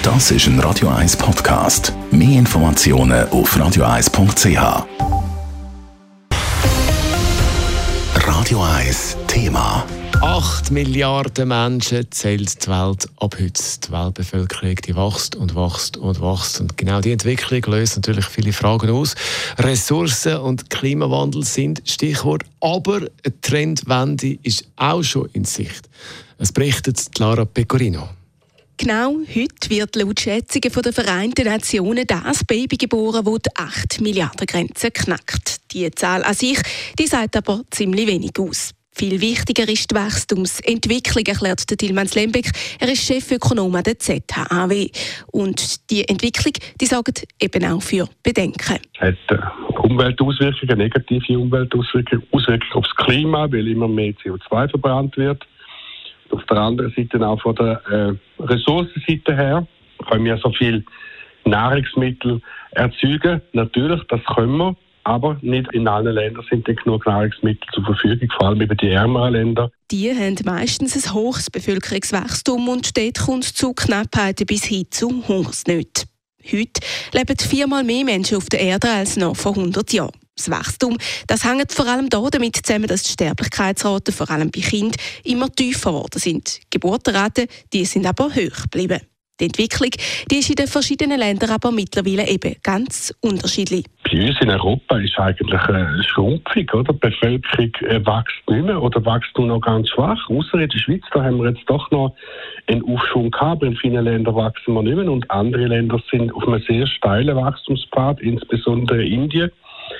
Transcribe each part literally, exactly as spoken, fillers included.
Das ist ein Radio eins Podcast. Mehr Informationen auf radio eins punkt c h. Radio eins Thema. acht Milliarden Menschen zählt die Welt ab heute. Die Weltbevölkerung die wächst und wächst und wächst. Und genau diese Entwicklung löst natürlich viele Fragen aus. Ressourcen und Klimawandel sind Stichwort. Aber eine Trendwende ist auch schon in Sicht. Es berichtet Lara Pecorino. Genau heute wird laut Schätzungen der Vereinten Nationen das Baby geboren, das die acht Milliarden Grenze knackt. Die Zahl an sich, die sagt aber ziemlich wenig aus. Viel wichtiger ist die Wachstumsentwicklung, erklärt Tilman Lembeck. Er ist Chefökonom an der Z H A W. Und die Entwicklung, die sorgt eben auch für Bedenken. Es hat Umweltauswirkungen, negative Umweltauswirkungen, Auswirkungen auf das Klima, weil immer mehr C O zwei verbrannt wird. Auf der anderen Seite auch von der äh, Ressourcenseite her können wir so viel Nahrungsmittel erzeugen. Natürlich, das können wir, aber nicht in allen Ländern sind genug Nahrungsmittel zur Verfügung, vor allem über die ärmeren Länder. Die haben meistens ein hohes Bevölkerungswachstum und dort kommt es zu Knappheiten bis hin zu Hungersnöten. Heute leben viermal mehr Menschen auf der Erde als noch vor hundert Jahren. Das Wachstum das hängt vor allem damit zusammen, dass die Sterblichkeitsraten, vor allem bei Kindern, immer tiefer geworden sind. Die Geburtenraten die sind aber hoch geblieben. Die Entwicklung die ist in den verschiedenen Ländern aber mittlerweile eben ganz unterschiedlich. Bei uns in Europa ist eigentlich eine Schrumpfung, oder? Die Bevölkerung wächst nicht mehr oder wächst nur noch ganz schwach. Außer in der Schweiz, da haben wir jetzt doch noch einen Aufschwung gehabt. In vielen Ländern wachsen wir nicht mehr und andere Länder sind auf einem sehr steilen Wachstumspfad, insbesondere Indien.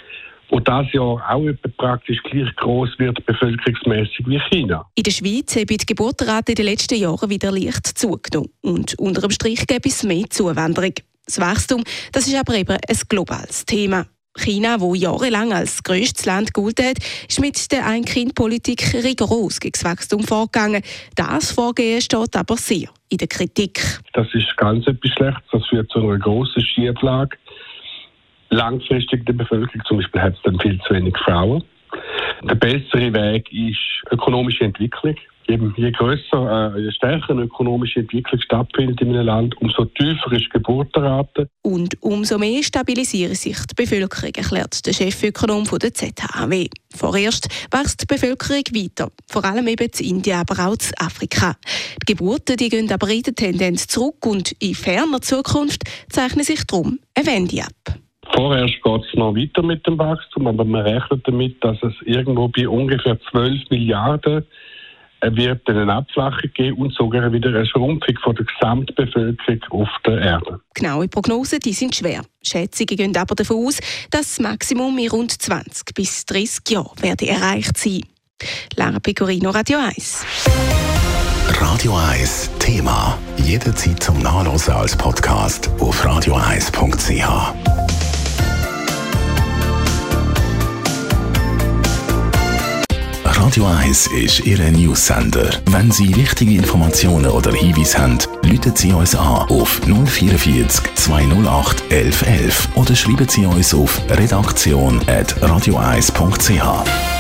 Und das ja auch etwa praktisch gleich gross wird bevölkerungsmässig wie China. In der Schweiz haben die Geburtenrate in den letzten Jahren wieder leicht zugenommen. Und unter dem Strich gibt es mehr Zuwanderung. Das Wachstum das ist aber eben ein globales Thema. China, das jahrelang als grösstes Land gegolten hat, ist mit der Ein-Kind-Politik rigoros gegen das Wachstum vorgegangen. Das Vorgehen steht aber sehr in der Kritik. Das ist ganz etwas Schlechtes. Das führt zu einer grossen Schieflage. Langfristig der Bevölkerung, zum Beispiel hat es dann viel zu wenig Frauen. Der bessere Weg ist ökonomische Entwicklung. Eben je grösser, äh, je stärker eine ökonomische Entwicklung stattfindet in einem Land, umso tiefer ist die Geburtenrate. Und umso mehr stabilisiert sich die Bevölkerung, erklärt der Chefökonom von der Z H A W. Vorerst wächst die Bevölkerung weiter, vor allem eben in Indien, aber auch in Afrika. Die Geburten die gehen aber in der Tendenz zurück und in ferner Zukunft zeichnet sich darum eine Wende ab. Vorerst geht es noch weiter mit dem Wachstum, aber man rechnet damit, dass es irgendwo bei ungefähr zwölf Milliarden wird eine Abflachung geben und sogar wieder eine Schrumpfung von der Gesamtbevölkerung auf der Erde. Genaue Prognosen die sind schwer. Schätzungen gehen aber davon aus, dass das Maximum in rund zwanzig bis dreißig Jahren werde erreicht sein. Lara Pecorino, Radio eins. Radio eins Thema. Jederzeit zum Nachlesen als Podcast auf radio eins punkt c h. Radio eins ist Ihr News-Sender. Wenn Sie wichtige Informationen oder Hinweise haben, rufen Sie uns an auf null vierundvierzig zweihundertacht elf elf oder schreiben Sie uns auf redaktion at radio eins punkt c h.